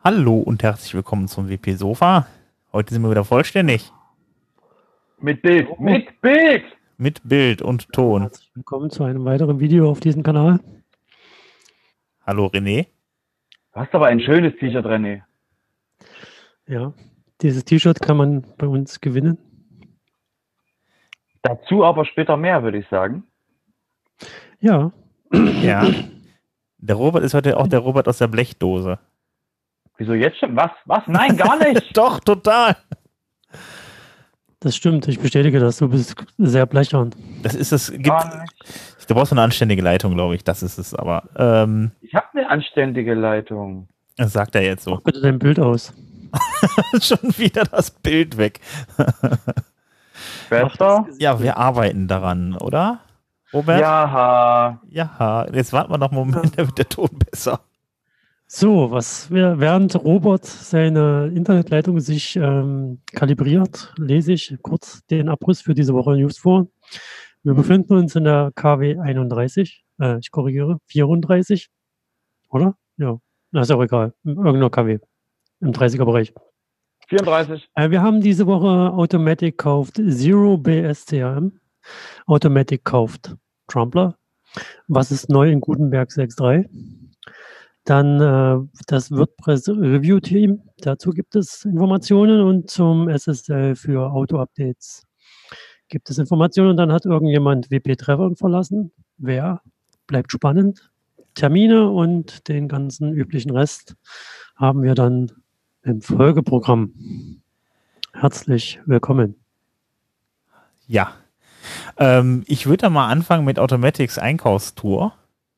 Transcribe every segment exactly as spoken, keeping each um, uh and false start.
Hallo und herzlich willkommen zum W P Sofa. Heute sind wir wieder vollständig. Mit Bild, mit Bild! Mit Bild und Ton. Herzlich willkommen zu einem weiteren Video auf diesem Kanal. Hallo René. Du hast aber ein schönes T-Shirt, René. Ja, dieses T-Shirt kann man bei uns gewinnen. Dazu aber später mehr, würde ich sagen. Ja. Ja. Der Robert ist heute auch der Robert aus der Blechdose. Wieso jetzt schon? Was? Was? Nein, gar nicht! Doch, total! Das stimmt, ich bestätige das. Du bist sehr blechern. Das ist es. Gibt, du brauchst eine anständige Leitung, glaube ich. Das ist es aber. Ähm, ich habe eine anständige Leitung. Das sagt er jetzt so. Mach bitte dein Bild aus. Schon wieder das Bild weg. Besser? Ja, wir arbeiten daran, oder? Robert? Ja. Ja, jetzt warten wir noch einen Moment, da wird der Ton besser. So, was wir, während Robert seine Internetleitung sich ähm, kalibriert, lese ich kurz den Abriss für diese Woche News vor. Wir befinden uns in der K W einunddreißig, äh, ich korrigiere, vierunddreißig, oder? Ja, das ist auch egal, irgendeiner K W, im dreißiger-Bereich. vierunddreißig. Äh, wir haben diese Woche Automatic kauft Zero B S C R M, Automatic kauft Trumpler, was ist neu in Gutenberg sechs Punkt drei? Dann äh, das WordPress Review Team, dazu gibt es Informationen und zum S S L für Auto-Updates gibt es Informationen und dann hat irgendjemand W P Treffern verlassen. Wer? Bleibt spannend. Termine und den ganzen üblichen Rest haben wir dann im Folgeprogramm. Herzlich willkommen. Ja, ähm, ich würde da mal anfangen mit Automatics Einkaufstour.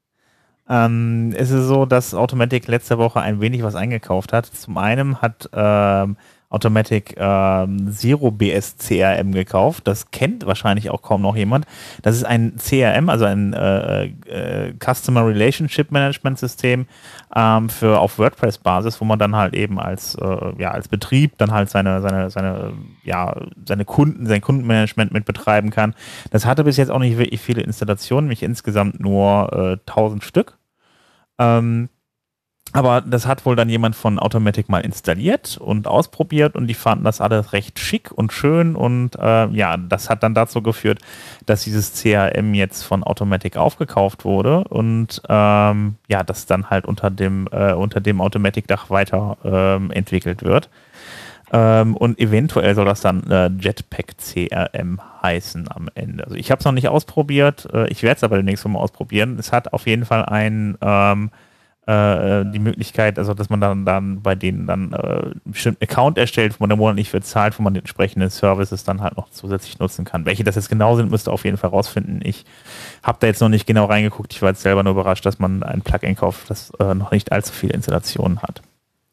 Ähm, es ist so, dass Automatic letzte Woche ein wenig was eingekauft hat. Zum einen hat ähm, Automatic ähm, Zero B S C R M gekauft. Das kennt wahrscheinlich auch kaum noch jemand. Das ist ein C R M, also ein äh, äh, Customer Relationship Management System ähm, für auf WordPress-Basis, wo man dann halt eben als äh, ja als Betrieb dann halt seine seine seine ja seine Kunden sein Kundenmanagement mit betreiben kann. Das hatte bis jetzt auch nicht wirklich viele Installationen, nämlich insgesamt nur äh, tausend Stück. Ähm, aber das hat wohl dann jemand von Automatic mal installiert und ausprobiert und die fanden das alles recht schick und schön und äh, ja, das hat dann dazu geführt, dass dieses C R M jetzt von Automatic aufgekauft wurde und ähm, ja, das dann halt unter dem äh, unter dem Automatic-Dach weiter ähm, entwickelt wird. Ähm, und eventuell soll das dann äh, Jetpack C R M heißen am Ende. Also ich habe es noch nicht ausprobiert, äh, ich werde es aber demnächst mal ausprobieren. Es hat auf jeden Fall ein ähm, äh, die Möglichkeit, also dass man dann, dann bei denen dann äh, einen bestimmten Account erstellt, wo man dann monatlich für zahlt, wo man die entsprechenden Services dann halt noch zusätzlich nutzen kann. Welche das jetzt genau sind, müsst ihr auf jeden Fall rausfinden. Ich habe da jetzt noch nicht genau reingeguckt. Ich war jetzt selber nur überrascht, dass man ein Plugin kauft, das äh, noch nicht allzu viele Installationen hat.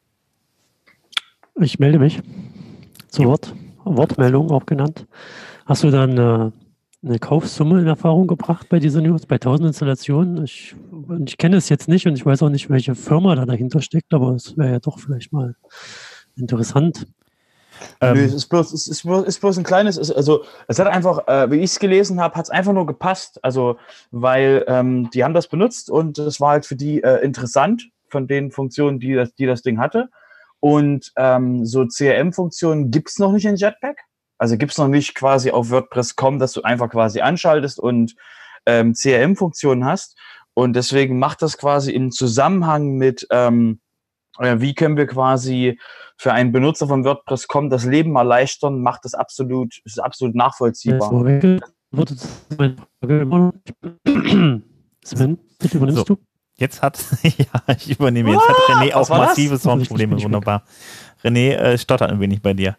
Ich melde mich zur Wort, Wortmeldung auch genannt. Hast du dann äh, eine Kaufsumme in Erfahrung gebracht bei dieser News, bei tausend Installationen? Ich, ich kenne es jetzt nicht und ich weiß auch nicht, welche Firma da dahinter steckt, aber es wäre ja doch vielleicht mal interessant. Ähm, Nö, es ist bloß, es ist bloß, ist bloß ein kleines, also es hat einfach, äh, wie ich es gelesen habe, hat es einfach nur gepasst, also weil ähm, die haben das benutzt und es war halt für die äh, interessant von den Funktionen, die das, die das Ding hatte. Und ähm, so C R M-Funktionen gibt es noch nicht in Jetpack. Also gibt es noch nicht quasi auf WordPress Punkt com, dass du einfach quasi anschaltest und ähm, C R M-Funktionen hast. Und deswegen macht das quasi im Zusammenhang mit, ähm, äh, wie können wir quasi für einen Benutzer von WordPress Punkt com das Leben erleichtern, macht das absolut, ist absolut nachvollziehbar. Sven, bitte übernimmst so. du? Jetzt hat, ja, ich übernehme, jetzt hat René auch massive das? Soundprobleme, wunderbar. René äh, stottert ein wenig bei dir.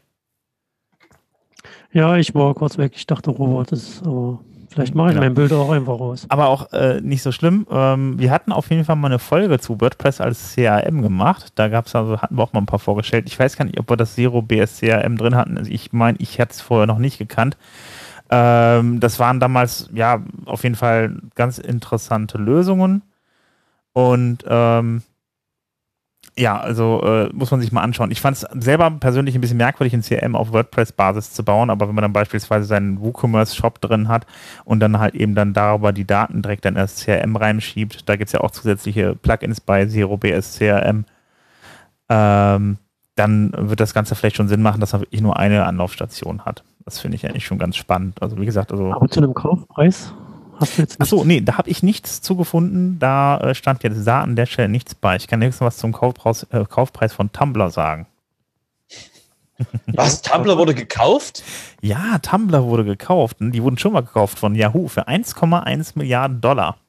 Ja, ich war kurz weg, ich dachte, Robert ist, aber vielleicht mache ich genau. mein Bild auch einfach raus. Aber auch äh, nicht so schlimm. Ähm, wir hatten auf jeden Fall mal eine Folge zu WordPress als C R M gemacht. Da gab's also, hatten wir auch mal ein paar vorgestellt. Ich weiß gar nicht, ob wir das Zero B S C R M drin hatten. Also ich meine, ich hätte es vorher noch nicht gekannt. Ähm, das waren damals, ja, auf jeden Fall ganz interessante Lösungen. Und ähm, ja, also äh, muss man sich mal anschauen. Ich fand es selber persönlich ein bisschen merkwürdig, ein C R M auf WordPress-Basis zu bauen, aber wenn man dann beispielsweise seinen WooCommerce-Shop drin hat und dann halt eben dann darüber die Daten direkt dann in das C R M reinschiebt, da gibt es ja auch zusätzliche Plugins bei Zero B S C R M, ähm, dann wird das Ganze vielleicht schon Sinn machen, dass man wirklich nur eine Anlaufstation hat. Das finde ich eigentlich schon ganz spannend. Also wie gesagt, also. Aber zu einem Kaufpreis hast du jetzt Achso, nee, da habe ich nichts zugefunden. Da äh, stand jetzt da an der Stelle nichts bei. Ich kann höchstens was zum Kaufpreis, äh, Kaufpreis von Tumblr sagen. Was? Tumblr wurde gekauft? Ja, Tumblr wurde gekauft. Die wurden schon mal gekauft von Yahoo für eins Komma eins Milliarden Dollar.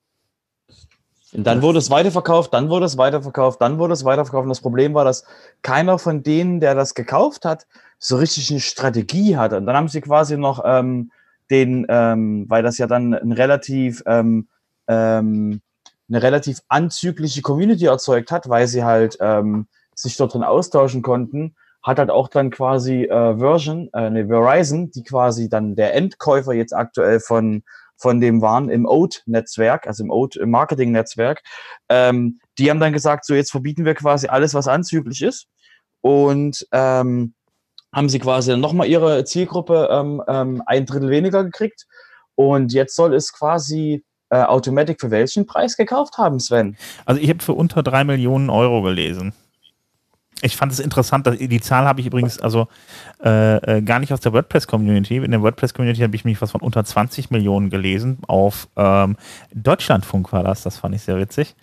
Und dann wurde es weiterverkauft, dann wurde es weiterverkauft, dann wurde es weiterverkauft. Und das Problem war, dass keiner von denen, der das gekauft hat, so richtig eine Strategie hatte. Und dann haben sie quasi noch ähm, den, ähm, weil das ja dann ein relativ, ähm, ähm, eine relativ anzügliche Community erzeugt hat, weil sie halt ähm, sich dort drin austauschen konnten, hat halt auch dann quasi äh, Version, äh, ne, Verizon, die quasi dann der Endkäufer jetzt aktuell von von dem waren im Oat-Netzwerk, also im Oat-Marketing-Netzwerk, ähm, die haben dann gesagt, so jetzt verbieten wir quasi alles, was anzüglich ist und ähm, haben sie quasi dann nochmal ihre Zielgruppe ähm, ähm, ein Drittel weniger gekriegt und jetzt soll es quasi äh, Automatic für welchen Preis gekauft haben, Sven? Also ich habe für unter drei Millionen Euro gelesen. Ich fand es interessant, dass, die Zahl habe ich übrigens also äh, äh, gar nicht aus der WordPress-Community. In der WordPress-Community habe ich mich was von unter zwanzig Millionen gelesen. Auf ähm, Deutschlandfunk war das, das fand ich sehr witzig.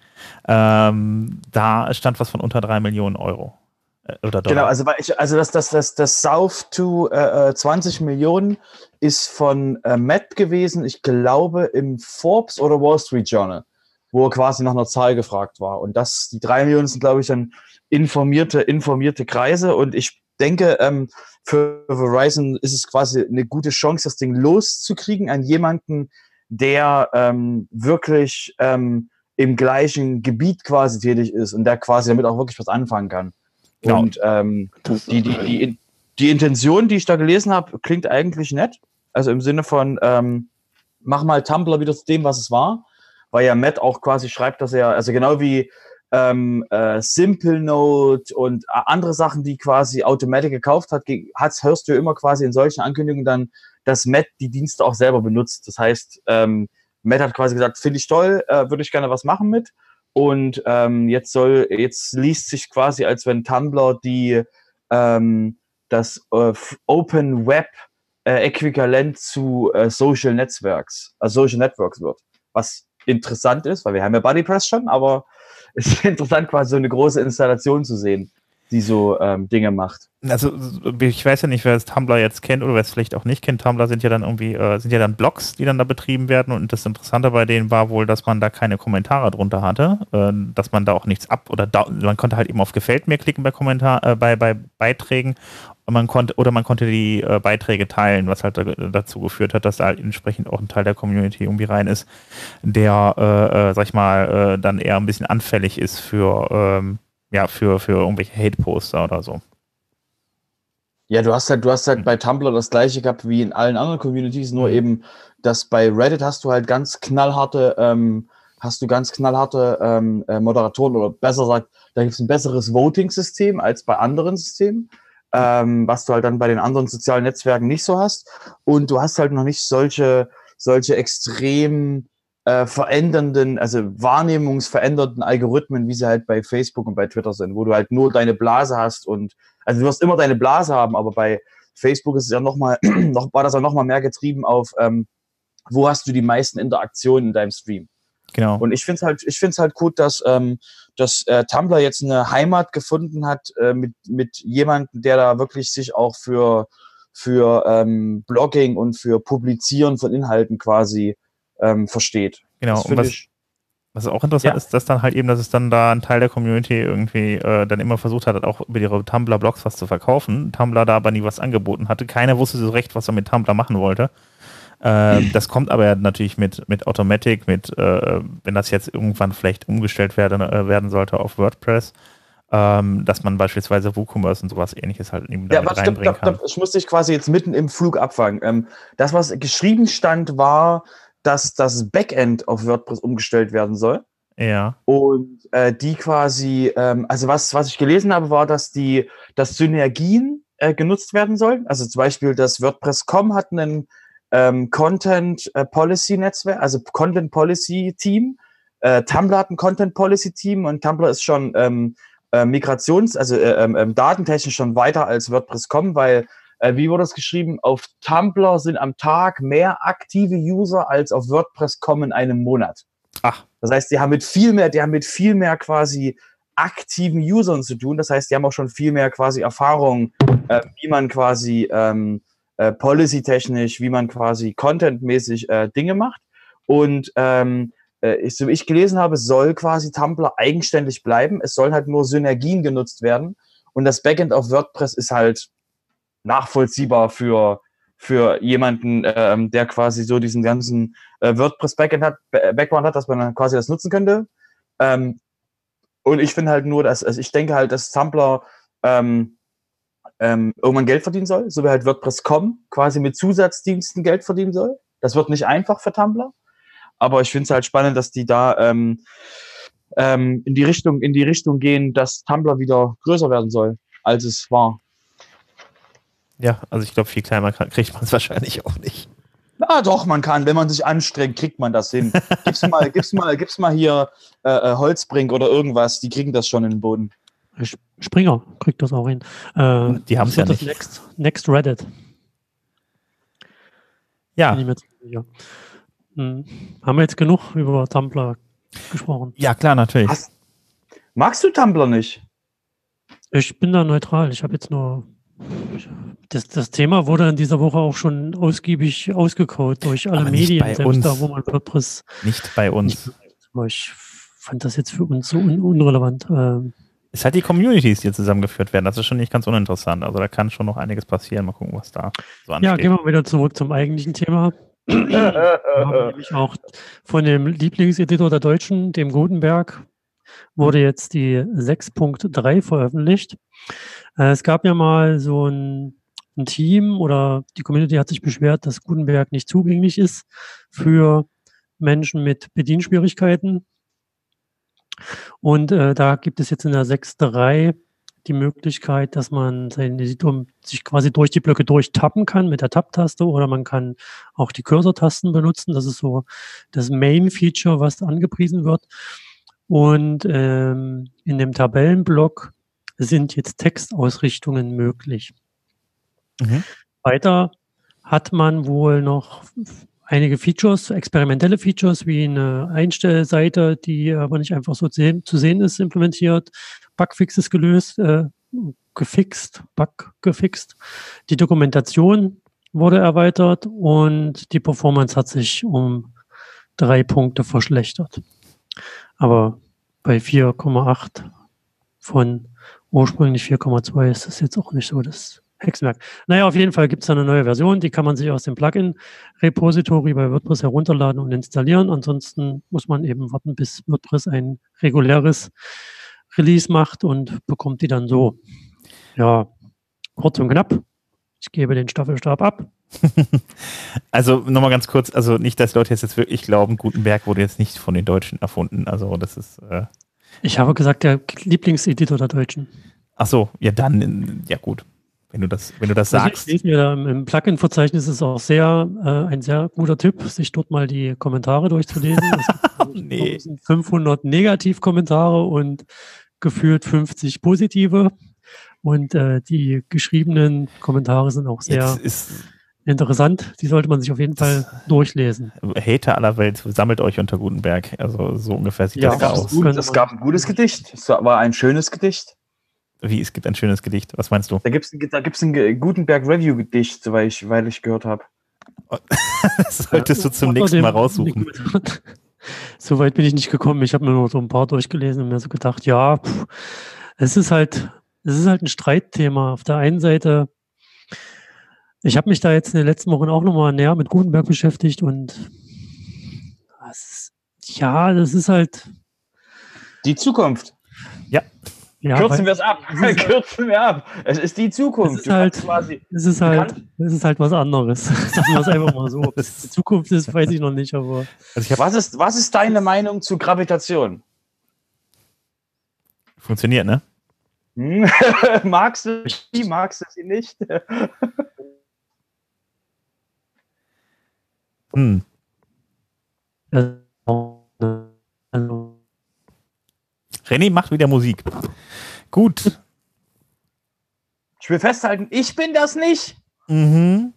Ähm, da stand was von unter drei Millionen Euro. Äh, oder Dollar. Genau, also, weil ich, also das, das, das, das South to äh, zwanzig Millionen ist von äh, Matt gewesen, ich glaube im Forbes oder Wall Street Journal, wo er quasi nach einer Zahl gefragt war. Und das, die drei Millionen sind, glaube ich, dann informierte, informierte Kreise und ich denke, ähm, für Verizon ist es quasi eine gute Chance, das Ding loszukriegen an jemanden, der ähm, wirklich ähm, im gleichen Gebiet quasi tätig ist und der quasi damit auch wirklich was anfangen kann. Genau. Und ähm, die, die, die, die Intention, die ich da gelesen habe, klingt eigentlich nett. Also im Sinne von, ähm, mach mal Tumblr wieder zu dem, was es war, weil ja Matt auch quasi schreibt, dass er, also genau wie Ähm, äh, Simple Note und äh, andere Sachen, die quasi Automatic gekauft hat, hat, hörst du immer quasi in solchen Ankündigungen dann, dass Matt die Dienste auch selber benutzt. Das heißt, ähm, Matt hat quasi gesagt, finde ich toll, äh, würde ich gerne was machen mit. Und ähm, jetzt soll, jetzt liest sich quasi, als wenn Tumblr die ähm, das äh, Open Web äh, Äquivalent zu äh, Social Networks, also Social Networks wird. Was interessant ist, weil wir haben ja BuddyPress schon, aber es ist interessant, quasi so eine große Installation zu sehen, die so ähm, Dinge macht. Also ich weiß ja nicht, wer das Tumblr jetzt kennt oder wer es vielleicht auch nicht kennt. Tumblr sind ja dann irgendwie, äh, sind ja dann Blogs, die dann da betrieben werden und das Interessante bei denen war wohl, dass man da keine Kommentare drunter hatte, äh, dass man da auch nichts ab oder da, man konnte halt eben auf Gefällt mir klicken bei Kommentar, äh, bei, bei Beiträgen und man konnte oder man konnte die äh, Beiträge teilen, was halt da, dazu geführt hat, dass da halt entsprechend auch ein Teil der Community irgendwie rein ist, der, äh, äh, sag ich mal, äh, dann eher ein bisschen anfällig ist für ähm, ja, für, für irgendwelche Hate-Poster oder so. Ja, du hast halt, du hast halt bei Tumblr das gleiche gehabt wie in allen anderen Communities, nur mhm. eben, dass bei Reddit hast du halt ganz knallharte, ähm, hast du ganz knallharte ähm, äh, Moderatoren oder besser gesagt, da gibt es ein besseres Voting-System als bei anderen Systemen, ähm, was du halt dann bei den anderen sozialen Netzwerken nicht so hast. Und du hast halt noch nicht solche, solche extrem Äh, verändernden, also wahrnehmungsverändernden Algorithmen, wie sie halt bei Facebook und bei Twitter sind, wo du halt nur deine Blase hast und, also du wirst immer deine Blase haben, aber bei Facebook ist es ja nochmal, noch, war das ja nochmal mehr getrieben auf, ähm, wo hast du die meisten Interaktionen in deinem Stream. Genau. Und ich finde es halt, ich finde es halt gut, dass, ähm, dass äh, Tumblr jetzt eine Heimat gefunden hat äh, mit, mit jemandem, der da wirklich sich auch für, für ähm, Blogging und für Publizieren von Inhalten quasi Ähm, versteht. Genau, und was, ich, was auch interessant ja. ist, dass dann halt eben, dass es dann da ein Teil der Community irgendwie äh, dann immer versucht hat, auch über ihre Tumblr-Blogs was zu verkaufen. Tumblr da aber nie was angeboten hatte. Keiner wusste so recht, was er mit Tumblr machen wollte. Ähm, das kommt aber natürlich mit, mit Automatic, mit, äh, wenn das jetzt irgendwann vielleicht umgestellt werden, äh, werden sollte auf WordPress, ähm, dass man beispielsweise WooCommerce und sowas ähnliches halt eben ja, damit was, reinbringen da, da, kann. Ich musste dich quasi jetzt mitten im Flug abfangen. Ähm, das, was geschrieben stand, war, dass das Backend auf WordPress umgestellt werden soll. Ja. Und äh, die quasi, ähm, also was, was ich gelesen habe, war, dass die, dass Synergien äh, genutzt werden sollen. Also zum Beispiel das WordPress Punkt com hat einen ähm, Content äh, Policy Netzwerk, also Content Policy Team. Äh, Tumblr hat ein Content Policy Team und Tumblr ist schon ähm, äh, Migrations-, also äh, äh, datentechnisch schon weiter als WordPress kommen, weil, äh, wie wurde es geschrieben, auf Tumblr sind am Tag mehr aktive User als auf WordPress kommen in einem Monat. Ach. Das heißt, die haben mit viel mehr, die haben mit viel mehr quasi aktiven Usern zu tun. Das heißt, die haben auch schon viel mehr quasi Erfahrung, äh, wie man quasi ähm, äh, policy-technisch, wie man quasi contentmäßig äh, Dinge macht. Und ähm, äh, ich, so wie ich gelesen habe, soll quasi Tumblr eigenständig bleiben. Es sollen halt nur Synergien genutzt werden. Und das Backend auf WordPress ist halt nachvollziehbar für für jemanden, ähm, der quasi so diesen ganzen äh, WordPress-Backend hat, Background hat, dass man dann quasi das nutzen könnte. Ähm, und ich finde halt nur, dass, also ich denke halt, dass Tumblr ähm, ähm, irgendwann Geld verdienen soll, so wie halt WordPress Punkt com quasi mit Zusatzdiensten Geld verdienen soll. Das wird nicht einfach für Tumblr, aber ich finde es halt spannend, dass die da ähm, ähm, in die Richtung, in die Richtung gehen, dass Tumblr wieder größer werden soll, als es war. Ja, also ich glaube, viel kleiner kriegt man es wahrscheinlich auch nicht. Na doch, man kann, wenn man sich anstrengt, kriegt man das hin. Gib's mal, gib's mal, gib's mal hier äh, Holzbrink oder irgendwas, die kriegen das schon in den Boden. Springer kriegt das auch hin. Äh, die haben es ja nicht. Next, Next Reddit. Ja. Bin ich mir sicher. Hm. Haben wir jetzt genug über Tumblr gesprochen? Ja, klar, natürlich. Hast, magst du Tumblr nicht? Ich bin da neutral. Ich habe jetzt nur Das, das Thema wurde in dieser Woche auch schon ausgiebig ausgekaut durch alle Aber nicht Medien, bei selbst uns. da, wo man WordPress Nicht bei uns. nicht, aber ich fand das jetzt für uns so un unrelevant. Ähm, Es hat die Communities, die zusammengeführt werden. Das ist schon nicht ganz uninteressant. Also da kann schon noch einiges passieren. Mal gucken, was da so ansteht. ja, gehen wir wieder zurück zum eigentlichen Thema. Wir haben nämlich auch von dem Lieblingseditor der Deutschen, dem Gutenberg, wurde jetzt die sechs Punkt drei veröffentlicht. Äh, es gab ja mal so ein, ein Team oder die Community hat sich beschwert, dass Gutenberg nicht zugänglich ist für Menschen mit Bedienschwierigkeiten. Und äh, da gibt es jetzt in der sechs Punkt drei die Möglichkeit, dass man seinen Editor sich quasi durch die Blöcke durchtappen kann mit der Tab-Taste oder man kann auch die Cursor-Tasten benutzen. Das ist so das Main-Feature, was angepriesen wird. Und ähm, in dem Tabellenblock sind jetzt Textausrichtungen möglich. Mhm. Weiter hat man wohl noch einige Features, experimentelle Features wie eine Einstellseite, die aber nicht einfach so sehen, zu sehen ist, implementiert. Bugfixes gelöst, äh, gefixt, Bug gefixt. Die Dokumentation wurde erweitert und die Performance hat sich um drei Punkte verschlechtert. Aber bei vier Komma acht von ursprünglich vier Komma zwei ist das jetzt auch nicht so das Hexenwerk. Naja, auf jeden Fall gibt es eine neue Version, die kann man sich aus dem Plugin-Repository bei WordPress herunterladen und installieren. Ansonsten muss man eben warten, bis WordPress ein reguläres Release macht und bekommt die dann so. Ja, kurz und knapp. Ich gebe den Staffelstab ab. Also nochmal ganz kurz, also nicht, dass Leute jetzt wirklich glauben, Gutenberg wurde jetzt nicht von den Deutschen erfunden. Also das ist... Äh Ich habe gesagt, der Lieblingseditor der Deutschen. Ach so, ja dann, ja gut. Wenn du das, wenn du das Also sagst. ich lese mir da im Plugin-Verzeichnis ist auch sehr äh, ein sehr guter Tipp, sich dort mal die Kommentare durchzulesen. Es gibt Nee. fünfhundert Negativkommentare und gefühlt fünfzig positive. Und äh, die geschriebenen Kommentare sind auch sehr Jetzt ist interessant. Die sollte man sich auf jeden Fall durchlesen. Hater aller Welt, sammelt euch unter Gutenberg. Also so ungefähr sieht Ja, das Es gab, aus. ein gut, es gab ein gutes Gedicht. Es war ein schönes Gedicht. Wie, es gibt ein schönes Gedicht. Was meinst du? Da gibt es da gibt's ein Gutenberg-Review-Gedicht, weil ich, weil ich gehört habe. Das solltest du zum Unter nächsten dem- Mal raussuchen. So weit bin ich nicht gekommen. Ich habe mir nur so ein paar durchgelesen und mir so gedacht, ja, pff, es ist halt, es ist halt ein Streitthema. Auf der einen Seite, ich habe mich da jetzt in den letzten Wochen auch nochmal näher mit Gutenberg beschäftigt und es ist, ja, das ist halt, Die Zukunft. ja, Kürzen weil- wir es ab. es ist- Kürzen wir ab. Es ist die Zukunft. Es ist Du kannst halt- quasi, es ist Du halt, kannst- es ist halt was anderes. Sagen wir es einfach mal so. Ob es die Zukunft ist, weiß ich noch nicht, aber Also ich habe was, ist, was ist deine Meinung zu Gravitation? funktioniert, ne? Hm? Magst du sie, magst du sie nicht? Hm. also, René macht wieder Musik. Gut. Ich will festhalten, ich bin das nicht. Mhm.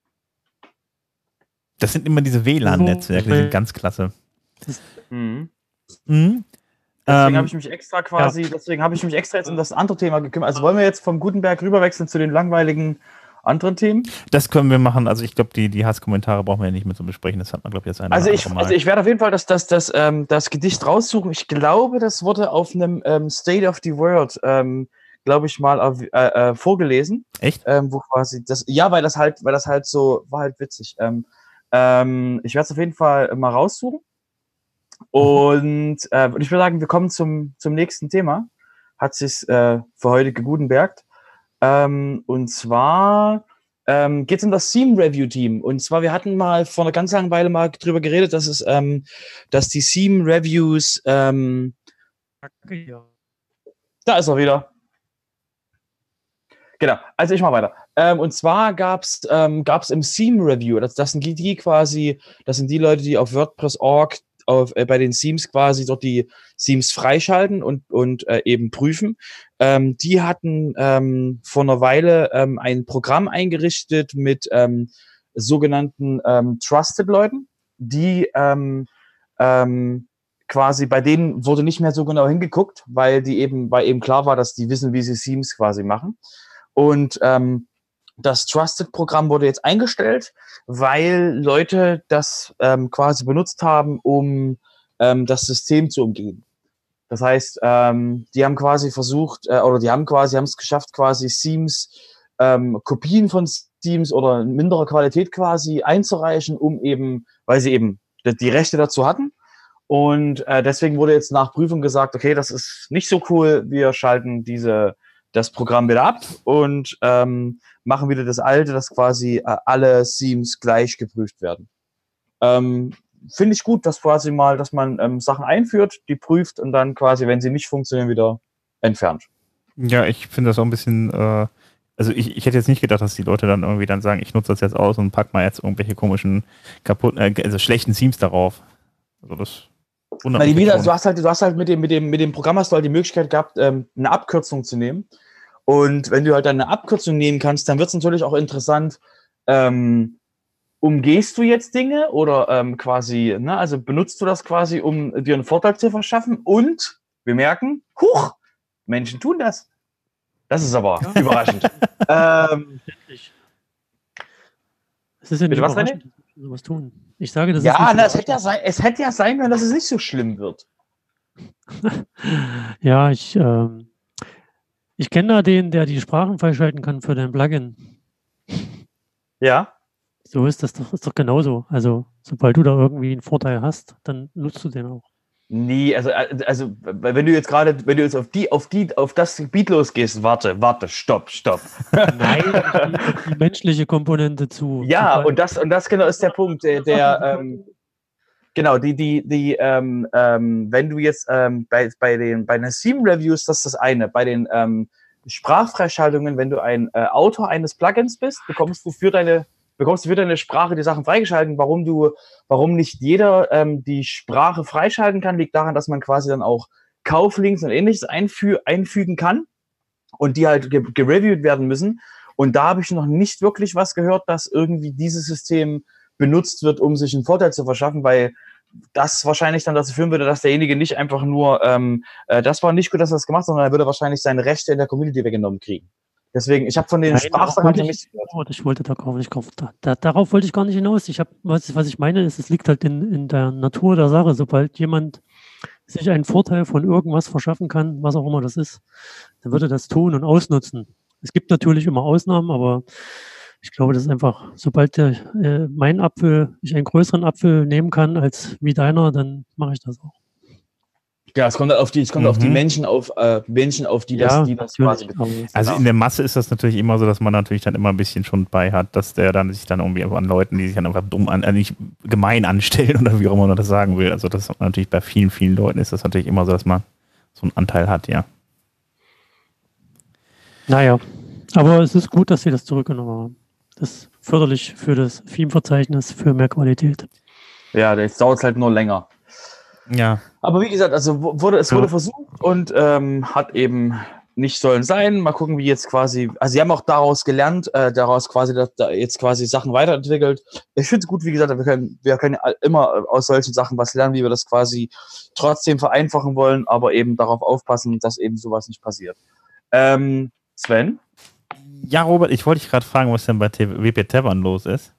Das sind immer diese W L A N-Netzwerke, die sind ganz klasse. Mhm. Mhm. Deswegen Ähm, habe ich mich extra quasi, ja. deswegen habe ich mich extra jetzt um das andere Thema gekümmert. Also wollen wir jetzt vom Gutenberg rüberwechseln zu den langweiligen anderen Themen? Das können wir machen. Also ich glaube, die, die Hasskommentare brauchen wir ja nicht mehr zu besprechen. Das hat man, glaube ich, jetzt ein Also oder ich, andere Mal. also ich werde auf jeden Fall das, das, das, ähm, das Gedicht raussuchen. Ich glaube, das wurde auf einem ähm, State of the World, ähm, glaube ich, mal auf, äh, äh, vorgelesen. Echt? Ähm, wo quasi das, ja, weil das halt, weil das halt so, war halt witzig. Ähm, ähm, ich werde es auf jeden Fall mal raussuchen. Und äh, ich würde sagen, wir kommen zum, zum nächsten Thema. Hat sich äh, für heute gegutenbergt. Ähm, und zwar ähm, geht es um das Theme-Review-Team. Und zwar, wir hatten mal vor einer ganz langen Weile mal drüber geredet, dass es, ähm, dass die Theme-Reviews ähm, da ist er wieder. Genau, also ich mache weiter. Ähm, und zwar gab es ähm, gab's im Theme-Review, das, das sind die, die quasi, das sind die Leute, die auf WordPress Punkt org auf, äh, bei den Themes quasi dort die Themes freischalten und, und äh, eben prüfen. Ähm, die hatten ähm, vor einer Weile ähm, ein Programm eingerichtet mit ähm, sogenannten ähm, Trusted-Leuten, die ähm, ähm, quasi, bei denen wurde nicht mehr so genau hingeguckt, weil die eben, weil eben klar war, dass die wissen, wie sie Themes quasi machen. Und ähm, das Trusted-Programm wurde jetzt eingestellt, weil Leute das ähm, quasi benutzt haben, um ähm, das System zu umgehen. Das heißt, ähm, die haben quasi versucht, äh, oder die haben quasi, haben es geschafft, quasi Themes, ähm, Kopien von Themes oder in minderer Qualität quasi einzureichen, um eben, weil sie eben die Rechte dazu hatten. Und äh, deswegen wurde jetzt nach Prüfung gesagt, okay, das ist nicht so cool, wir schalten diese das Programm wieder ab und ähm, machen wieder das alte, dass quasi äh, alle Themes gleich geprüft werden. Ähm, Finde ich gut, dass quasi mal, dass man ähm, Sachen einführt, die prüft und dann quasi, wenn sie nicht funktionieren, wieder entfernt. Ja, ich finde das auch ein bisschen, äh, also ich, ich hätte jetzt nicht gedacht, dass die Leute dann irgendwie dann sagen, ich nutze das jetzt aus und pack mal jetzt irgendwelche komischen, kaputten, äh, also schlechten Themes darauf. Also das Na, die wieder, du hast halt, du hast halt mit dem, mit dem, mit dem Programm hast du halt die Möglichkeit gehabt, ähm, eine Abkürzung zu nehmen. Und wenn du halt eine Abkürzung nehmen kannst, dann wird es natürlich auch interessant, ähm, umgehst du jetzt Dinge oder ähm, quasi, ne, also benutzt du das quasi, um dir einen Vorteil zu verschaffen? Und wir merken, huch, Menschen tun das. Das ist aber ja. überraschend. ähm, es ist ja nicht was, überraschend, dass wir sowas tun. Ich sage, das ja, ist na, es, hätte ja sein, es hätte ja sein können, dass es nicht so schlimm wird. Ja, ich, ähm, ich kenne da den, der die Sprachen freischalten kann für dein Plugin. Ja. So ist das doch, ist doch genauso. Also, sobald du da irgendwie einen Vorteil hast, dann nutzt du den auch. Nee, also, also wenn du jetzt gerade, wenn du jetzt auf die, auf die, auf das Gebiet losgehst, warte, warte, stopp, stopp. Nein, die, die menschliche Komponente zu. Ja, sobald und das, und das genau ist der Punkt, der, der ähm, genau, die, die, die, ähm, ähm, wenn du jetzt ähm, bei, bei den, bei den Theme-Reviews, das ist das eine, bei den ähm, Sprachfreischaltungen, wenn du ein äh, Autor eines Plugins bist, bekommst du für deine bekommst du für deine Sprache die Sachen freigeschalten. Warum du, warum nicht jeder ähm, die Sprache freischalten kann, liegt daran, dass man quasi dann auch Kauflinks und ähnliches einfü einfügen kann und die halt ge gereviewt werden müssen. Und da habe ich noch nicht wirklich was gehört, dass irgendwie dieses System benutzt wird, um sich einen Vorteil zu verschaffen, weil das wahrscheinlich dann dazu führen würde, dass derjenige nicht einfach nur, ähm, äh, das war nicht gut, dass er das gemacht hat, sondern er würde wahrscheinlich seine Rechte in der Community weggenommen kriegen. Deswegen, ich habe von den Sprachsachen ich, nicht gehört. ich wollte da kaufen, ich kaufe da, da, darauf wollte ich gar nicht hinaus. Ich habe, was, was ich meine, ist, es liegt halt in, in der Natur der Sache. Sobald jemand sich einen Vorteil von irgendwas verschaffen kann, was auch immer das ist, dann würde das tun und ausnutzen. Es gibt natürlich immer Ausnahmen, aber ich glaube, das ist einfach, sobald der, äh, mein Apfel, ich einen größeren Apfel nehmen kann als wie deiner, dann mache ich das auch. Ja, es kommt auf die, es kommt mhm. auf die Menschen auf, äh, Menschen auf, die ja, das, die das quasi benutzen. Also in der Masse ist das natürlich immer so, dass man natürlich dann immer ein bisschen schon bei hat, dass der dann sich dann irgendwie an Leuten, die sich dann einfach dumm an, äh, nicht gemein anstellen oder wie auch immer man das sagen will. Also das natürlich bei vielen, vielen Leuten ist das natürlich immer so, dass man so einen Anteil hat, ja. Naja, aber es ist gut, dass sie das zurückgenommen haben. Das ist förderlich für das Theme-Verzeichnis, für mehr Qualität. Ja, jetzt dauert es halt nur länger. Ja. Aber wie gesagt, also wurde, es wurde ja. versucht und ähm, hat eben nicht sollen sein. Mal gucken, wie jetzt quasi, also sie haben auch daraus gelernt, äh, daraus quasi da, da jetzt quasi Sachen weiterentwickelt. Ich finde es gut, wie gesagt, wir können, wir können immer aus solchen Sachen was lernen, wie wir das quasi trotzdem vereinfachen wollen, aber eben darauf aufpassen, dass eben sowas nicht passiert. Ähm, Sven? Ja, Robert, ich wollte dich gerade fragen, was denn bei W P Tavern los ist.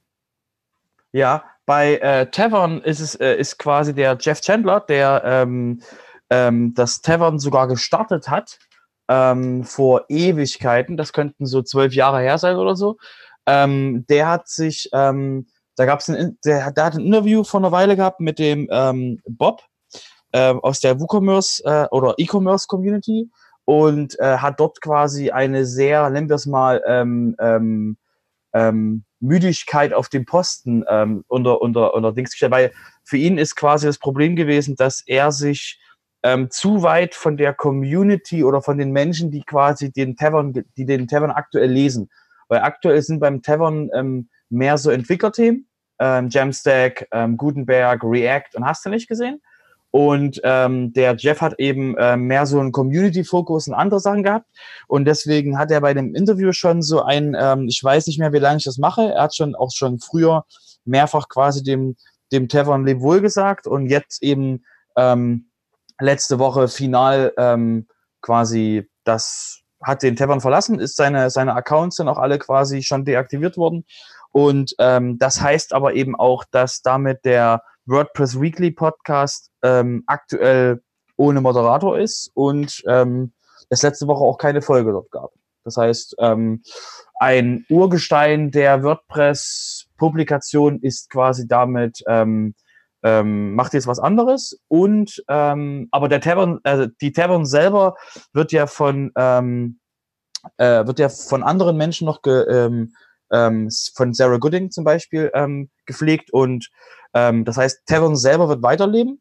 Ja, bei äh, Tavern ist es äh, ist quasi der Jeff Chandler, der ähm, ähm, das Tavern sogar gestartet hat ähm, vor Ewigkeiten. Das könnten so zwölf Jahre her sein oder so. Ähm, der hat sich, ähm, da gab es ein, der, der hat ein Interview vor einer Weile gehabt mit dem ähm, Bob äh, aus der WooCommerce äh, oder E-Commerce Community und äh, hat dort quasi eine sehr, nennen wir es mal, ähm, ähm, ähm, Müdigkeit auf dem Posten ähm, unter, unter, unter Dings gestellt, weil für ihn ist quasi das Problem gewesen, dass er sich ähm, zu weit von der Community oder von den Menschen, die quasi den Tavern, die den Tavern aktuell lesen, weil aktuell sind beim Tavern ähm, mehr so Entwicklerthemen, ähm, Jamstack, ähm, Gutenberg, React und hast du nicht gesehen? Und ähm, der Jeff hat eben äh, mehr so einen Community-Fokus und andere Sachen gehabt. Und deswegen hat er bei dem Interview schon so ein, ähm, ich weiß nicht mehr, wie lange ich das mache. Er hat schon auch schon früher mehrfach quasi dem, dem Tavern Lebewohl gesagt und jetzt eben ähm, letzte Woche final ähm, quasi das hat den Tavern verlassen, ist seine, seine Accounts dann auch alle quasi schon deaktiviert worden. Und ähm, das heißt aber eben auch, dass damit der WordPress Weekly Podcast ähm, aktuell ohne Moderator ist und ähm, es letzte Woche auch keine Folge dort gab. Das heißt, ähm, ein Urgestein der WordPress-Publikation ist quasi damit, ähm, ähm, macht jetzt was anderes und ähm, aber der Tavern, also die Tavern selber wird ja von ähm, äh, wird ja von anderen Menschen noch ge, ähm, ähm, von Sarah Gooding zum Beispiel ähm, gepflegt und ähm, das heißt, Tavern selber wird weiterleben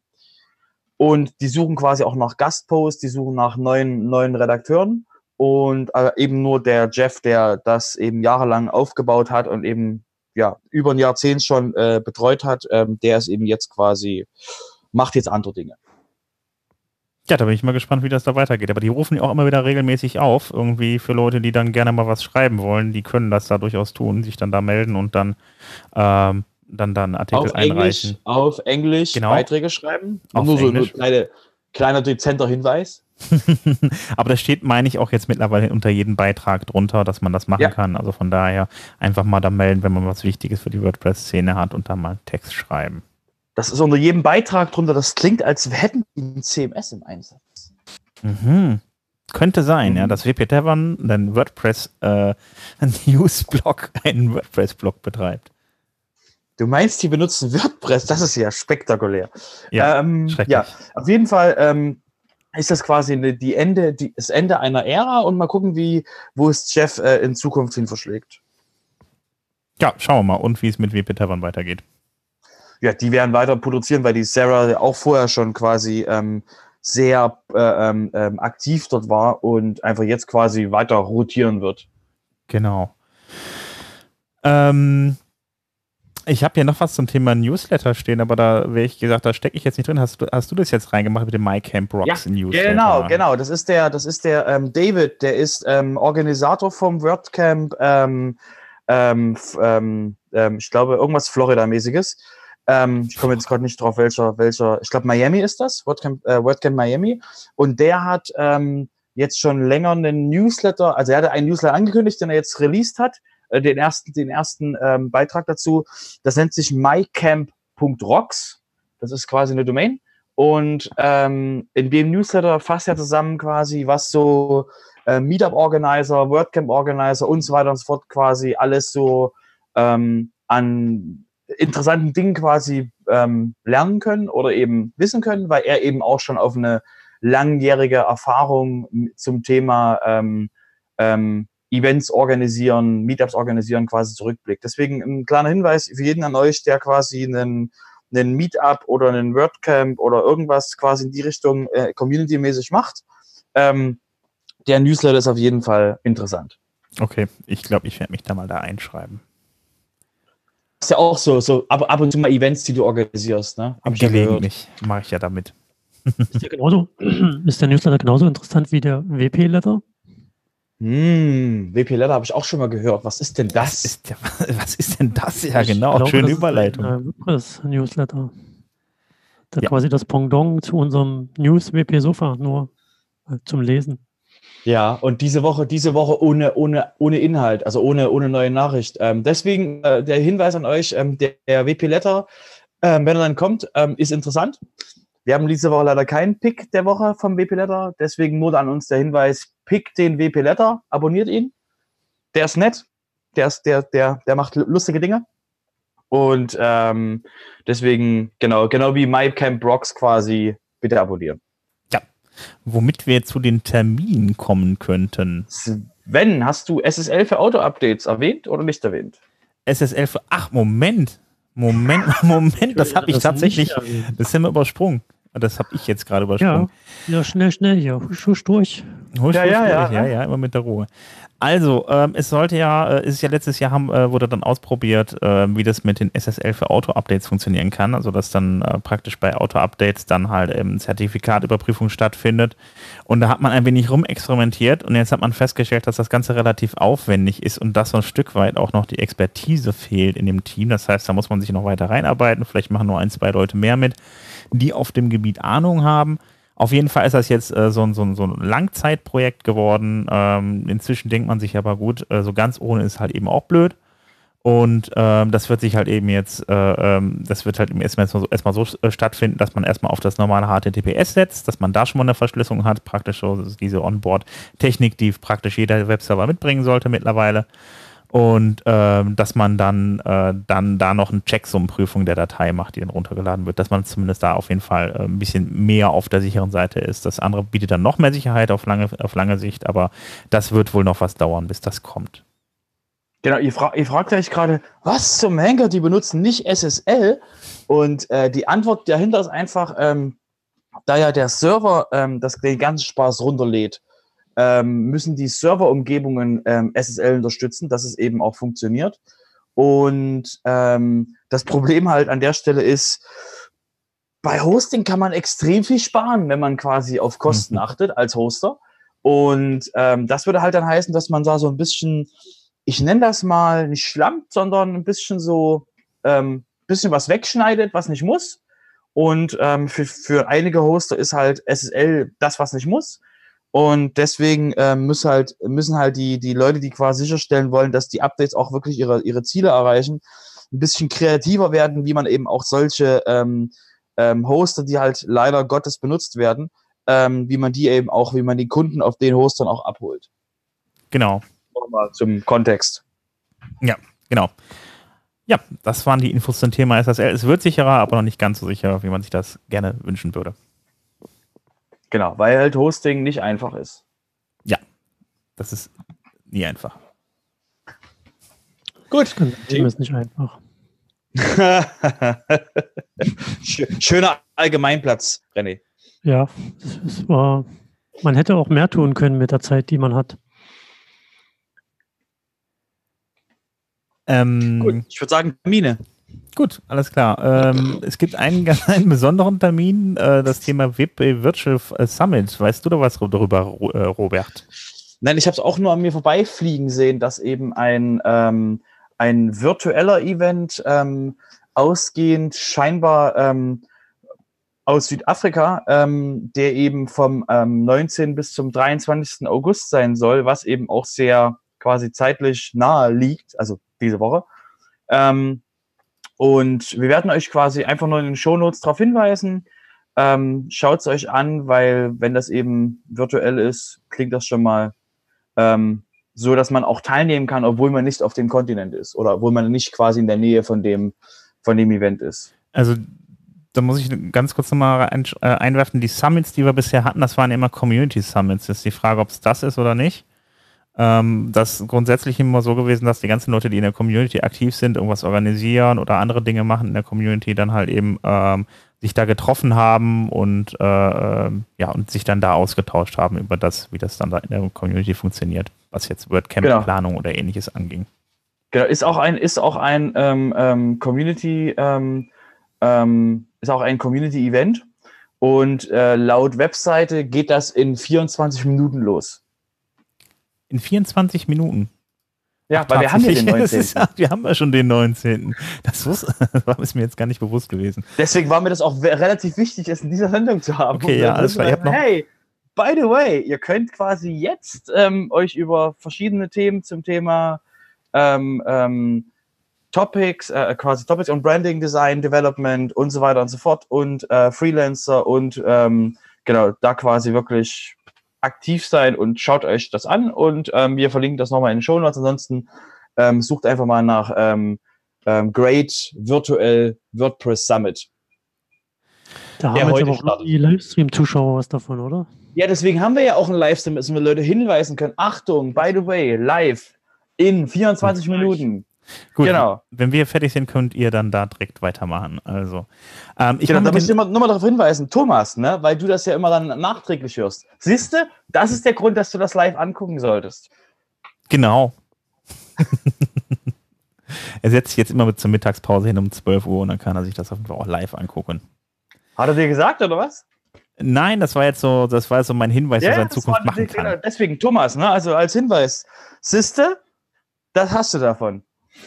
und die suchen quasi auch nach Gastposts, die suchen nach neuen neuen Redakteuren und äh, eben nur der Jeff, der das eben jahrelang aufgebaut hat und eben ja über ein Jahrzehnt schon äh, betreut hat, ähm, der ist eben jetzt quasi, macht jetzt andere Dinge. Ja, da bin ich mal gespannt, wie das da weitergeht. Aber die rufen ja auch immer wieder regelmäßig auf, irgendwie für Leute, die dann gerne mal was schreiben wollen. Die können das da durchaus tun, sich dann da melden und dann ähm, dann dann Artikel auf einreichen. Englisch, auf Englisch genau. Beiträge schreiben. Auf nur so Englisch. ein kleine, kleiner dezenter Hinweis. Aber das steht, meine ich, auch jetzt mittlerweile unter jedem Beitrag drunter, dass man das machen Ja. kann. Also von daher einfach mal da melden, wenn man was Wichtiges für die WordPress-Szene hat und dann mal Text schreiben. Das ist unter jedem Beitrag drunter. Das klingt, als hätten die ein C M S im Einsatz. Mhm. Könnte sein, Mhm. ja, dass W P Tavern einen WordPress äh, Newsblog, einen WordPress-Blog betreibt. Du meinst, die benutzen WordPress? Das ist ja spektakulär. Ja, ähm, schrecklich. ja auf jeden Fall ähm, ist das quasi eine, die Ende, die, das Ende einer Ära und mal gucken, wie, wo es Jeff äh, in Zukunft hin verschlägt. Ja, schauen wir mal. Und wie es mit W P Tavern weitergeht. Ja, die werden weiter produzieren, weil die Sarah auch vorher schon quasi ähm, sehr äh, ähm, ähm, aktiv dort war und einfach jetzt quasi weiter rotieren wird. Genau. Ähm, ich habe hier noch was zum Thema Newsletter stehen, aber da wäre ich gesagt, da stecke ich jetzt nicht drin. Hast du, hast du das jetzt reingemacht mit dem MyCamp Rocks Ja, Newsletter? genau, genau. Das ist der, das ist der ähm, David, der ist ähm, Organisator vom WordCamp, ähm, ähm, f- ähm, ähm, ich glaube, irgendwas Florida-mäßiges. Ähm, ich komme jetzt gerade nicht drauf, welcher, welcher, ich glaube, Miami ist das, WordCamp, äh, WordCamp Miami. Und der hat ähm, jetzt schon länger einen Newsletter, also er hatte einen Newsletter angekündigt, den er jetzt released hat, äh, den ersten, den ersten ähm, Beitrag dazu. Das nennt sich mycamp Punkt rocks. Das ist quasi eine Domain. Und ähm, in dem Newsletter fasst er zusammen quasi, was so äh, Meetup-Organizer, WordCamp-Organizer und so weiter und so fort quasi alles so ähm, an interessanten Dingen quasi ähm, lernen können oder eben wissen können, weil er eben auch schon auf eine langjährige Erfahrung zum Thema ähm, ähm, Events organisieren, Meetups organisieren quasi zurückblickt. Deswegen ein kleiner Hinweis für jeden an euch, der quasi einen, einen Meetup oder einen WordCamp oder irgendwas quasi in die Richtung äh, community-mäßig macht. Ähm, der Newsletter ist auf jeden Fall interessant. Okay, ich glaube, ich werde mich da mal da einschreiben. Ist ja auch so, so ab, ab und zu mal Events, die du organisierst, ne? Hab ich ja gehört. Gelegentlich mache ich ja damit. Ist der, genauso, ist der Newsletter genauso interessant wie der W P-Letter? Hm, W P Letter habe ich auch schon mal gehört. Was ist denn das? Was ist, der, was ist denn das? Ja, Ich genau. glaube, Schöne das Überleitung. Ist ein, äh, WordPress-Newsletter. Da Ja. quasi das Pendant zu unserem News-W P Sofa, nur äh, zum Lesen. Ja, und diese Woche, diese Woche ohne, ohne, ohne Inhalt, also ohne, ohne neue Nachricht. Ähm, deswegen äh, der Hinweis an euch, ähm, der, der W P Letter, ähm, wenn er dann kommt, ähm, ist interessant. Wir haben diese Woche leider keinen Pick der Woche vom W P Letter, deswegen nur an uns der Hinweis, pick den W P Letter, abonniert ihn. Der ist nett, der, ist, der, der, der macht lustige Dinge. Und ähm, deswegen, genau, genau wie MyCamp Rocks quasi, bitte abonnieren. Ja, womit wir zu den Terminen kommen könnten. Sven, hast du S S L für Auto-Updates erwähnt oder nicht erwähnt? S S L für, ach, Moment, Moment, Moment, das habe ich das tatsächlich, nicht erwähnt. das haben wir übersprungen. Das habe ich jetzt gerade übersprungen. Ja, ja, schnell, schnell hier. Husch, husch durch. Husch, Ja, husch, ja, durch. ja. ja, ja, immer mit der Ruhe. Also, ähm, es sollte ja, äh, ist ja letztes Jahr haben, äh, wurde dann ausprobiert, äh, wie das mit den S S L für Auto-Updates funktionieren kann. Also, dass dann äh, praktisch bei Auto-Updates dann halt ähm, Zertifikatüberprüfung stattfindet. Und da hat man ein wenig rumexperimentiert und jetzt hat man festgestellt, dass das Ganze relativ aufwendig ist und dass so ein Stück weit auch noch die Expertise fehlt in dem Team. Das heißt, da muss man sich noch weiter reinarbeiten. Vielleicht machen nur ein, zwei Leute mehr mit, die auf dem Gebiet Ahnung haben. Auf jeden Fall ist das jetzt äh, so, ein, so, ein, so ein Langzeitprojekt geworden. Ähm, inzwischen denkt man sich aber gut, äh, so ganz ohne ist halt eben auch blöd. Und ähm, das wird sich halt eben jetzt, äh, ähm, das wird halt erstmal so, erstmal so äh, stattfinden, dass man erstmal auf das normale H T T P S setzt, dass man da schon mal eine Verschlüsselung hat, praktisch so diese Onboard-Technik, die praktisch jeder Webserver mitbringen sollte mittlerweile. Und ähm, dass man dann, äh, dann da noch eine Checksummenprüfung der Datei macht, die dann runtergeladen wird, dass man zumindest da auf jeden Fall äh, ein bisschen mehr auf der sicheren Seite ist. Das andere bietet dann noch mehr Sicherheit auf lange, auf lange Sicht, aber das wird wohl noch was dauern, bis das kommt. Genau, ihr, fra ihr fragt euch gerade, was zum Henker, die benutzen nicht S S L? Und äh, die Antwort dahinter ist einfach, ähm, da ja der Server ähm, das, den ganzen Spaß runterlädt, ähm, müssen die Serverumgebungen ähm, S S L unterstützen, dass es eben auch funktioniert. Und ähm, das Problem halt an der Stelle ist, bei Hosting kann man extrem viel sparen, wenn man quasi auf Kosten Mhm. achtet als Hoster. Und ähm, das würde halt dann heißen, dass man da so ein bisschen, ich nenne das mal nicht schlampt, sondern ein bisschen so, ähm, bisschen was wegschneidet, was nicht muss. Und ähm, für, für einige Hoster ist halt S S L das, was nicht muss. Und deswegen ähm, müssen halt, müssen halt die, die Leute, die quasi sicherstellen wollen, dass die Updates auch wirklich ihre, ihre Ziele erreichen, ein bisschen kreativer werden, wie man eben auch solche ähm, ähm, Hoster, die halt leider Gottes benutzt werden, ähm, wie man die eben auch, wie man die Kunden auf den Hostern auch abholt. Genau. Nochmal zum Kontext. Ja, genau. Ja, das waren die Infos zum Thema S S L. Es wird sicherer, aber noch nicht ganz so sicher, wie man sich das gerne wünschen würde. Genau, weil halt Hosting nicht einfach ist. Ja, das ist nie einfach. Gut. Das Team ist nicht einfach. Schöner Allgemeinplatz, René. Ja, es, es war, man hätte auch mehr tun können mit der Zeit, die man hat. Ähm, Gut, ich würde sagen, Termine. Gut, alles klar. Ähm, es gibt einen ganz einen besonderen Termin, äh, das Thema W P Virtual Summit. Weißt du da was darüber, Robert? Nein, ich habe es auch nur an mir vorbeifliegen sehen, dass eben ein, ähm, ein virtueller Event ähm, ausgehend scheinbar ähm, aus Südafrika, ähm, der eben vom ähm, neunzehnten bis zum dreiundzwanzigsten August sein soll, was eben auch sehr quasi zeitlich nahe liegt, also diese Woche. Ähm, und wir werden euch quasi einfach nur in den Shownotes darauf hinweisen. Ähm, schaut es euch an, weil wenn das eben virtuell ist, klingt das schon mal ähm, so, dass man auch teilnehmen kann, obwohl man nicht auf dem Kontinent ist oder obwohl man nicht quasi in der Nähe von dem, von dem Event ist. Also da muss ich ganz kurz nochmal ein, äh, einwerfen, die Summits, die wir bisher hatten, das waren immer Community Summits. Das ist die Frage, ob es das ist oder nicht. Ähm, das ist grundsätzlich immer so gewesen, dass die ganzen Leute, die in der Community aktiv sind, irgendwas organisieren oder andere Dinge machen in der Community, dann halt eben ähm, sich da getroffen haben und äh, ja und sich dann da ausgetauscht haben über das, wie das dann da in der Community funktioniert, was jetzt WordCamp-Planung genau. oder ähnliches anging. Genau, ist auch ein, ist auch ein ähm, ähm, Community, ähm, ähm, ist auch ein Community-Event und äh, laut Webseite geht das in vierundzwanzig Minuten los. In vierundzwanzig Minuten. Ja, weil wir haben ja den neunzehnten. Ja, wir haben ja schon den neunzehnten. Das ist mir jetzt gar nicht bewusst gewesen. Deswegen war mir das auch relativ wichtig, es in dieser Sendung zu haben. Okay, ja, alles klar. Sagen, hey, by the way, ihr könnt quasi jetzt ähm, euch über verschiedene Themen zum Thema ähm, ähm, Topics, äh, quasi Topics und Branding, Design, Development und so weiter und so fort und äh, Freelancer und ähm, genau, da quasi wirklich aktiv sein und schaut euch das an und ähm, wir verlinken das nochmal in den Shownotes. Ansonsten ähm, sucht einfach mal nach ähm, ähm, Great Virtual WordPress Summit. Da haben ja, jetzt aber auch noch die Livestream-Zuschauer was davon, oder? Ja, deswegen haben wir ja auch einen Livestream, dass wir Leute hinweisen können. Achtung, by the way, live in vierundzwanzig Minuten. Gut, genau. Wenn wir fertig sind, könnt ihr dann da direkt weitermachen. Also, ähm, ich genau, da muss ich immer nur mal darauf hinweisen, Thomas, ne, weil du das ja immer dann nachträglich hörst. Siehst du, das ist der Grund, dass du das live angucken solltest. Genau. Er setzt sich jetzt immer mit zur Mittagspause hin um zwölf Uhr und dann kann er sich das auf jeden Fall auch live angucken. Hat er dir gesagt, oder was? Nein, das war jetzt so, das war so mein Hinweis, ja, was er in Zukunft machen die, kann. Genau, deswegen, Thomas, ne, also als Hinweis, siehste, das hast du davon.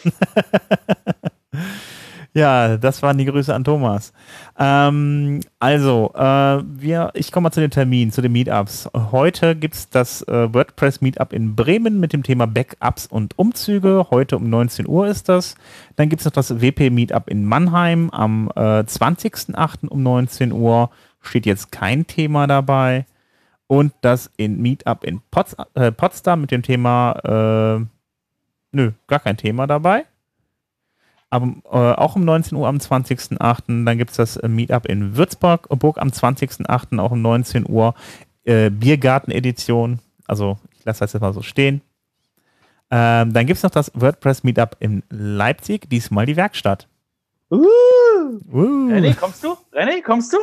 Ja, das waren die Grüße an Thomas. Ähm, also, äh, wir, ich komme mal zu den Terminen, zu den Meetups. Heute gibt es das äh, WordPress-Meetup in Bremen mit dem Thema Backups und Umzüge. Heute um neunzehn Uhr ist das. Dann gibt es noch das W P-Meetup in Mannheim am äh, zwanzigsten achten um neunzehn Uhr. Steht jetzt kein Thema dabei. Und das in Meetup in Pots äh, Potsdam mit dem Thema, äh, nö, gar kein Thema dabei. Aber, äh, auch um neunzehn Uhr am zwanzigsten achten Dann gibt es das äh, Meetup in Würzburg Burg am zwanzigsten achten auch um neunzehn Uhr. Äh, Biergarten-Edition. Also, ich lasse das jetzt mal so stehen. Ähm, dann gibt es noch das WordPress-Meetup in Leipzig. Diesmal die Werkstatt. Uh. Uh. René, kommst du? René, kommst du?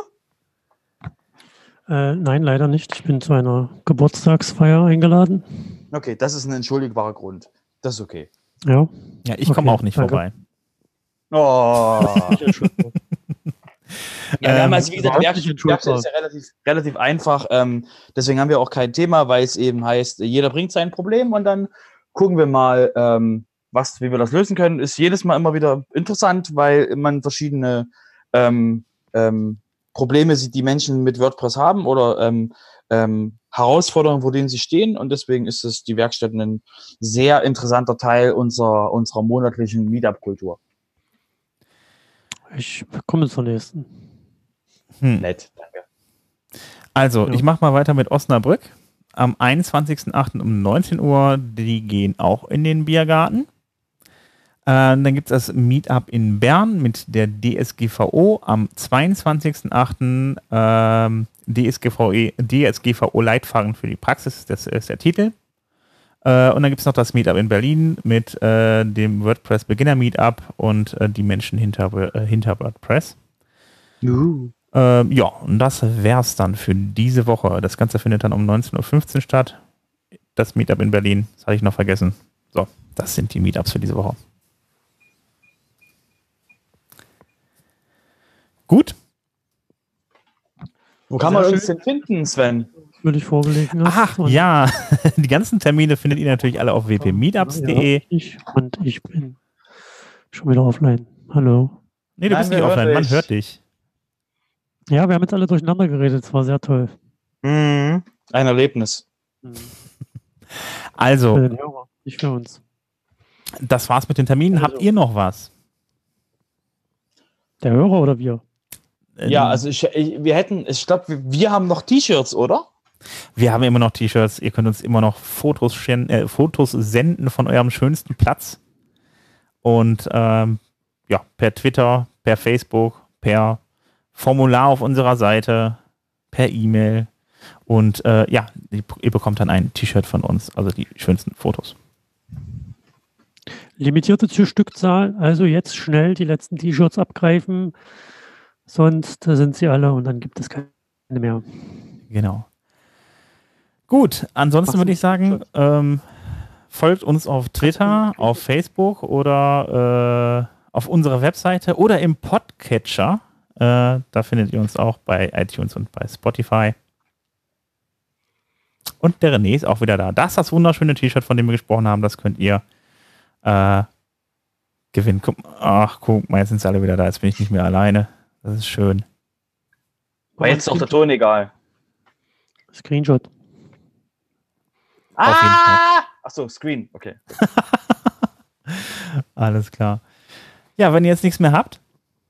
Äh, nein, leider nicht. Ich bin zu einer Geburtstagsfeier eingeladen. Okay, das ist ein entschuldigbarer Grund. Das ist okay. Ja. Ja, ich komme okay, auch nicht danke. vorbei. Oh. Ja, wir haben also, wie gesagt, Ähm, Werkstatt, Werkstatt ist ja relativ, relativ einfach. Ähm, deswegen haben wir auch kein Thema, weil es eben heißt, jeder bringt sein Problem und dann gucken wir mal, ähm, was, wie wir das lösen können. Ist jedes Mal immer wieder interessant, weil man verschiedene ähm, ähm, Probleme sieht, die Menschen mit WordPress haben oder ähm, ähm, Herausforderungen, vor denen sie stehen. Und deswegen ist es die Werkstatt ein sehr interessanter Teil unserer, unserer monatlichen Meetup-Kultur. Ich komme zur nächsten. Hm. Nett, danke. Also, Ja. ich mache mal weiter mit Osnabrück. Am einundzwanzigsten achten um neunzehn Uhr. Die gehen auch in den Biergarten. Äh, dann gibt es das Meetup in Bern mit der D S G V O am zweiundzwanzigsten achten Ähm, D S G V E, D S G V O-Leitfaden für die Praxis, das ist der Titel. Äh, und dann gibt es noch das Meetup in Berlin mit äh, dem WordPress Beginner Meetup und äh, die Menschen hinter, äh, hinter WordPress. Uh. Äh, ja, und das wär's dann für diese Woche. Das Ganze findet dann um neunzehn Uhr fünfzehn statt. Das Meetup in Berlin, das hatte ich noch vergessen. So, das sind die Meetups für diese Woche. Gut. Wo kann man uns denn finden, Sven? Würde ich vorgelegen hast. Ach, Und- ja. Die ganzen Termine findet ihr natürlich alle auf w p meetups punkt de. Ja, ich, und ich bin schon wieder offline. Hallo. Nee, du Nein, bist wir nicht hören offline, man dich. hört dich. Ja, wir haben jetzt alle durcheinander geredet. Es war sehr toll. Mhm. Ein Erlebnis. Für Also, den Hörer, nicht für uns. das war's mit den Terminen. Habt Also. ihr noch was? Der Hörer oder wir? Ähm, Ja, also ich, ich, wir hätten, ich glaube, wir, wir haben noch T-Shirts, oder? Wir haben immer noch T-Shirts. Ihr könnt uns immer noch Fotos, schen- äh, Fotos senden von eurem schönsten Platz. Und ähm, ja, per Twitter, per Facebook, per Formular auf unserer Seite, per E-Mail. Und äh, ja, ihr bekommt dann ein T-Shirt von uns, also die schönsten Fotos. Limitierte Stückzahl, also jetzt schnell die letzten T-Shirts abgreifen, sonst sind sie alle und dann gibt es keine mehr. Genau. Gut, ansonsten Was würde ich sagen, ähm, folgt uns auf Twitter, auf Facebook oder äh, auf unserer Webseite oder im Podcatcher. Äh, da findet ihr uns auch bei iTunes und bei Spotify. Und der René ist auch wieder da. Das ist das wunderschöne T-Shirt, von dem wir gesprochen haben. Das könnt ihr äh, gewinnen. Guck, ach, guck mal, jetzt sind sie alle wieder da. Jetzt bin ich nicht mehr alleine. Das ist schön. Aber jetzt ist auch der Ton egal. Screenshot. Ah! Auf jeden Fall. Achso, Screen, okay. Alles klar. Ja, wenn ihr jetzt nichts mehr habt.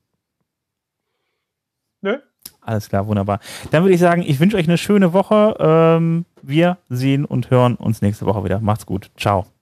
Nö. Alles klar, wunderbar. Dann würde ich sagen, ich wünsche euch eine schöne Woche. Ähm, wir sehen und hören uns nächste Woche wieder. Macht's gut. Ciao.